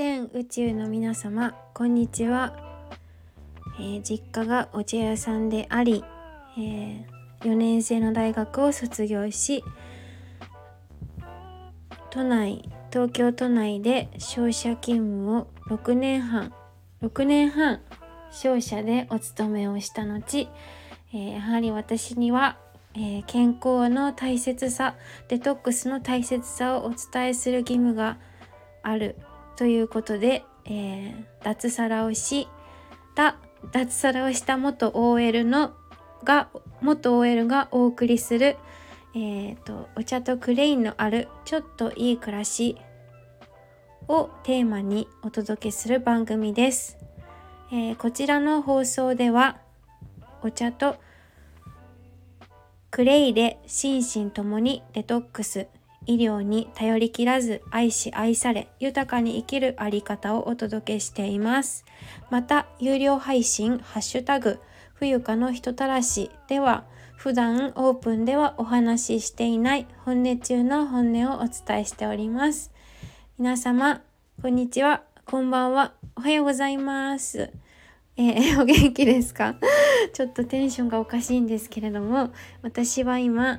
全宇宙の皆様、こんにちは。実家がお茶屋さんであり、4年生の大学を卒業し、東京都内で商社勤務を6年半商社でお勤めをした後、やはり私には、健康の大切さ、デトックスの大切さをお伝えする義務があるということで、脱サラをした元 OL がお送りする、お茶とクレインのあるちょっといい暮らしをテーマにお届けする番組です。こちらの放送ではお茶とクレイで心身ともにデトックス、医療に頼り切らず愛し愛され豊かに生きるあり方をお届けしています。また有料配信ハッシュタグ冬香の人たらしでは普段オープンではお話ししていない本音中の本音をお伝えしております。皆様こんにちは、こんばんは、おはようございます。お元気ですか？ちょっとテンションがおかしいんですけれども、私は今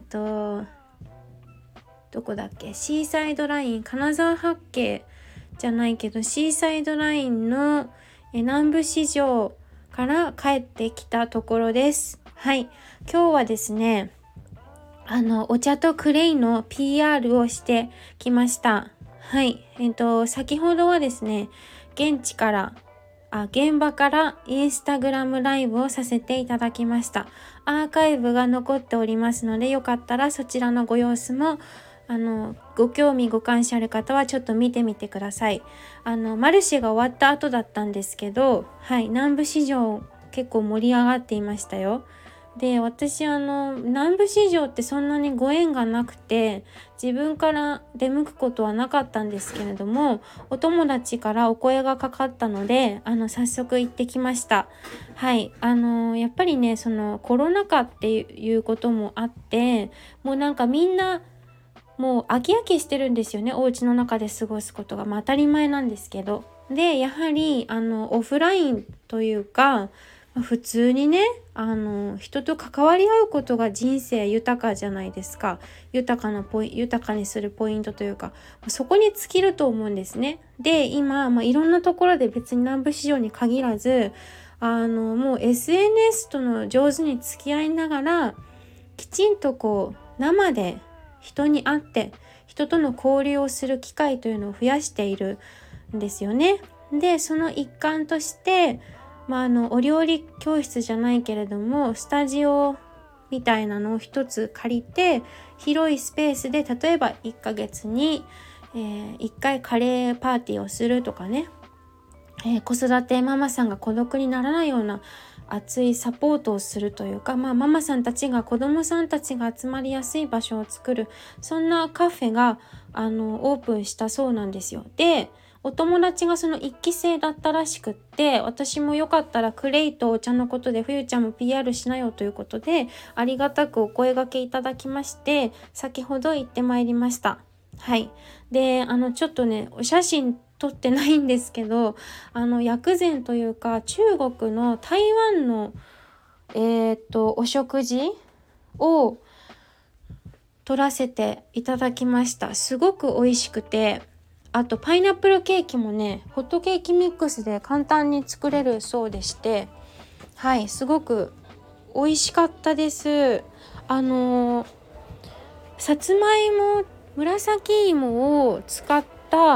どこだっけ、シーサイドライン金沢八景じゃないけどシーサイドラインの南部市場から帰ってきたところです。はい、今日はですねお茶とクレイの PR をしてきました。はい、先ほどはですね現場からインスタグラムライブをさせていただきました。アーカイブが残っておりますので、よかったらそちらのご様子もご興味ご関心ある方はちょっと見てみてください。マルシェが終わった後だったんですけど、はい、南部市場結構盛り上がっていましたよ。で、私南部市場ってそんなにご縁がなくて自分から出向くことはなかったんですけれども、お友達からお声がかかったので早速行ってきました。はい、やっぱりねそのコロナ禍っていうこともあって、もうなんかみんなもう飽きしてるんですよね、お家の中で過ごすことが、当たり前なんですけど。でやはりオフラインというか普通にね人と関わり合うことが人生豊かじゃないですか。豊かにするポイントというか、そこに尽きると思うんですね。で今、いろんなところで別に南部市場に限らずもう SNS との上手に付き合いながらきちんとこう生で人に会って人との交流をする機会というのを増やしているんですよね。でその一環としてお料理教室じゃないけれどもスタジオみたいなのを一つ借りて、広いスペースで例えば1ヶ月に、1回カレーパーティーをするとかね、子育てママさんが孤独にならないような熱いサポートをするというか、ママさんたちが子供さんたちが集まりやすい場所を作る、そんなカフェがオープンしたそうなんですよ。でお友達がその1期生だったらしくって、私もよかったらクレイとお茶のことで冬ちゃんも PR しなよということでありがたくお声掛けいただきまして、先ほど行ってまいりました。はい。でちょっとねお写真撮ってないんですけど、薬膳というか中国の台湾のお食事を撮らせていただきました。すごく美味しくて、あとパイナップルケーキもねホットケーキミックスで簡単に作れるそうでして、はい、すごく美味しかったです。さつまいも、紫芋を使った、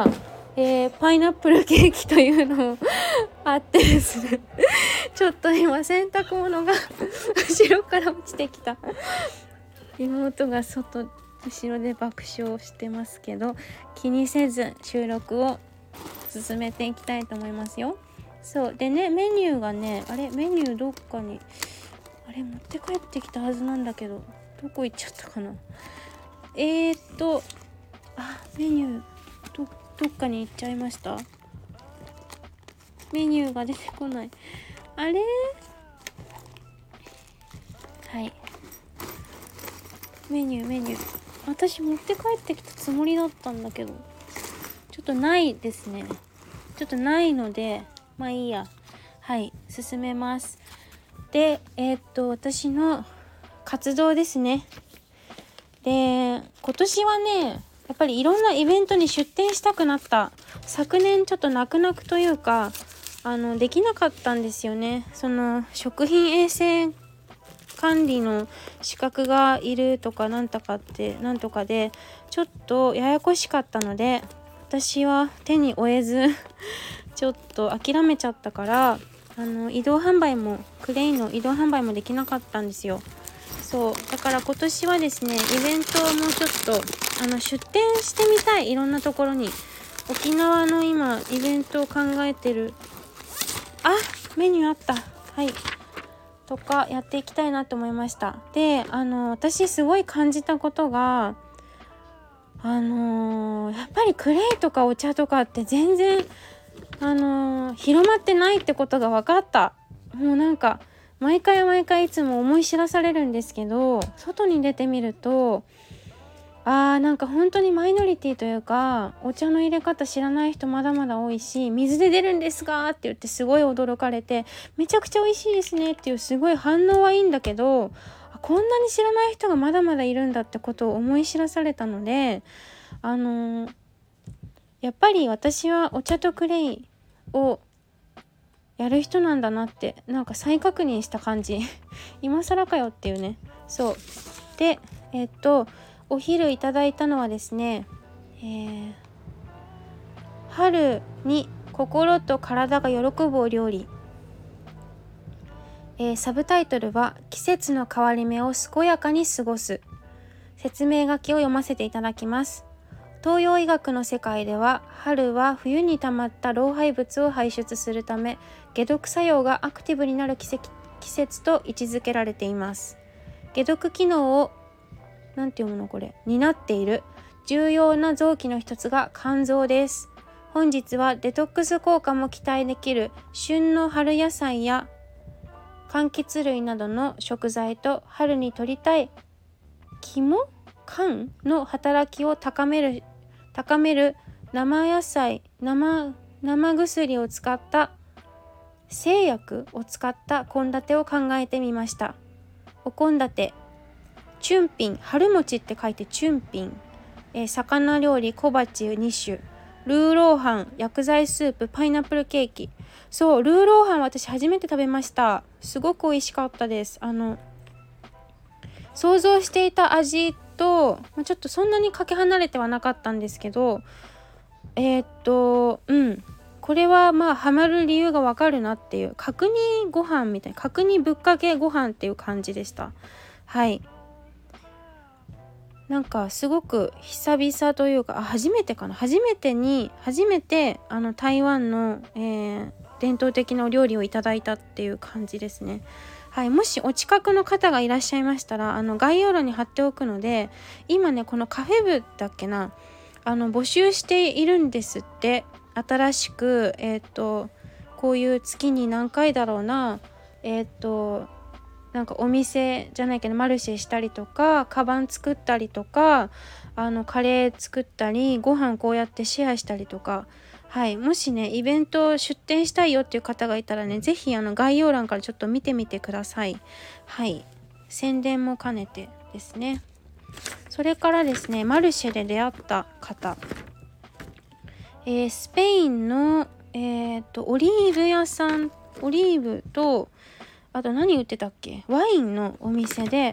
パイナップルケーキというのもあってですねちょっと今洗濯物が後ろから落ちてきた。妹が後ろで爆笑してますけど気にせず収録を進めていきたいと思いますよ。そうでね、メニューがねメニューどっかに持って帰ってきたはずなんだけど、どこ行っちゃったかな。メニューどっかに行っちゃいました。メニューが出てこない。あれ、はい、メニュー私持って帰ってきたつもりだったんだけどちょっとないですね。 ちょっとないのでまあいいや。はい、進めます。で私の活動ですね。で今年はねやっぱりいろんなイベントに出展したくなった。昨年ちょっと泣く泣くというかできなかったんですよね。その食品衛生管理の資格がいるとかなんとかでちょっとややこしかったので私は手に負えずちょっと諦めちゃったから移動販売もクレイの移動販売もできなかったんですよ。そうだから今年はですねイベントもちょっと出店してみたい。いろんなところに沖縄の今イベントを考えてるメニューあったはいとかやっていきたいなと思いました。で私すごい感じたことがやっぱりクレイとかお茶とかって全然広まってないってことが分かった。もうなんか毎回いつも思い知らされるんですけど、外に出てみるとなんか本当にマイノリティというかお茶の入れ方知らない人まだまだ多いし、水で出るんですがって言ってすごい驚かれて、めちゃくちゃ美味しいですねっていうすごい反応はいいんだけど、こんなに知らない人がまだまだいるんだってことを思い知らされたので、やっぱり私はお茶とクレイをやる人なんだなってなんか再確認した感じ今更かよっていうね。そうでお昼いただいたのはですね、春に心と体が喜ぶお料理、サブタイトルは季節の変わり目を健やかに過ごす。説明書きを読ませていただきます。東洋医学の世界では春は冬に溜まった老廃物を排出するため解毒作用がアクティブになる季節と位置づけられています。解毒機能を担っている重要な臓器の一つが肝臓です。本日はデトックス効果も期待できる旬の春野菜や柑橘類などの食材と春に摂りたい肝の働きを高める生野菜生薬を使った製薬を使った献立を考えてみました。お献立チュンピン、春餅って書いてチュンピン、魚料理小鉢2種、ルーローハン、薬剤スープ、パイナップルケーキ。そう、ルーローハン私初めて食べました。すごく美味しかったです。想像していた味とちょっとそんなにかけ離れてはなかったんですけど、これはハマる理由がわかるなっていう角煮ご飯みたいな、角煮ぶっかけご飯っていう感じでした。はい。なんかすごく久々というか初めて台湾の、伝統的なお料理をいただいたっていう感じですね。はい、もしお近くの方がいらっしゃいましたら概要欄に貼っておくので、今ねこのカフェ部だっけな募集しているんですって。新しくこういう月に何回だろうななんかお店じゃないけどマルシェしたりとかカバン作ったりとかカレー作ったりご飯こうやってシェアしたりとか、はい、もしねイベント出店したいよっていう方がいたらね、ぜひ概要欄からちょっと見てみてください。はい、宣伝も兼ねてですね。それからですね、マルシェで出会った方、スペインのオリーブ屋さん、オリーブとあと何売ってたっけ、ワインのお店で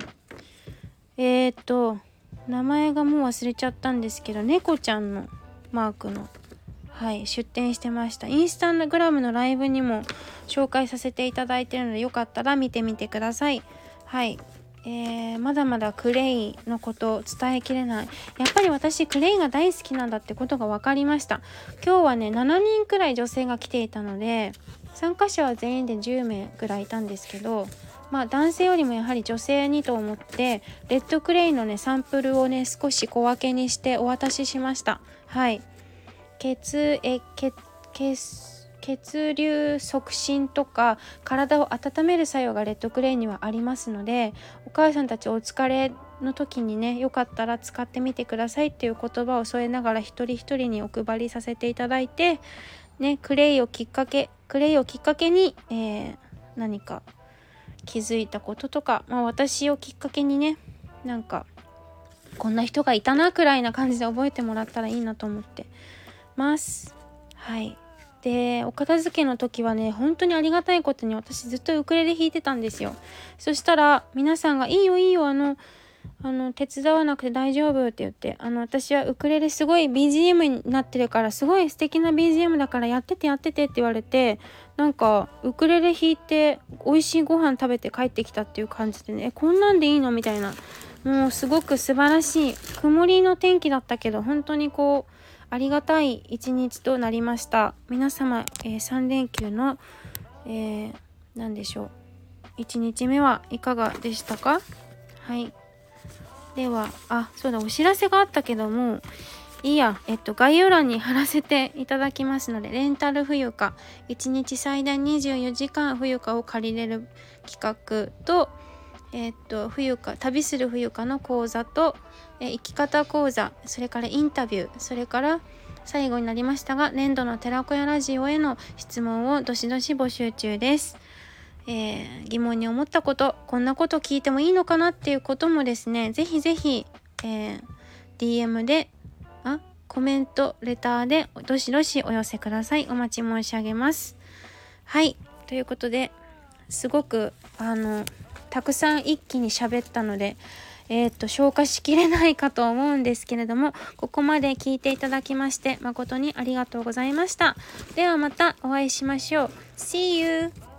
名前がもう忘れちゃったんですけど、猫ちゃんのマークの出店してました。インスタグラムのライブにも紹介させていただいているのでよかったら見てみてください。はい、まだまだクレイのことを伝えきれない。やっぱり私クレイが大好きなんだってことが分かりました。今日はね7人くらい女性が来ていたので参加者は全員で10名ぐらいいたんですけど、男性よりもやはり女性にと思ってレッドクレイのねサンプルをね少し小分けにしてお渡ししました。はい、血流促進とか体を温める作用がレッドクレイにはありますので、お母さんたちお疲れの時にねよかったら使ってみてくださいっていう言葉を添えながら一人一人にお配りさせていただいて、 ね、クレイをきっかけに、何か気づいたこととか、私をきっかけにね、なんかこんな人がいたなくらいな感じで覚えてもらったらいいなと思ってます。はい。で、お片付けの時はね、本当にありがたいことに私ずっとウクレレ弾いてたんですよ。そしたら皆さんがいいよ手伝わなくて大丈夫って言って、私はウクレレすごい BGM になってるから、すごい素敵な BGM だからやっててって言われて、なんかウクレレ弾いて美味しいご飯食べて帰ってきたっていう感じでね、こんなんでいいのみたいな、もうすごく素晴らしい曇りの天気だったけど、本当にありがたい一日となりました。皆様、3連休の、何でしょう、1日目はいかがでしたか？はい。では、そうだ、お知らせがあったけども、いいや、概要欄に貼らせていただきますので、レンタル冬香、1日最大24時間冬香を借りれる企画と、旅する冬香の講座と、生き方講座、それからインタビュー、それから最後になりましたが、年度の寺子屋ラジオへの質問をどしどし募集中です。疑問に思ったこと、こんなこと聞いてもいいのかなっていうこともですね、ぜひぜひ、DM でコメントレターでどしどしお寄せください。お待ち申し上げます。はい、ということで、すごくたくさん一気に喋ったので消化しきれないかと思うんですけれども、ここまで聞いていただきまして誠にありがとうございました。ではまたお会いしましょう。See you!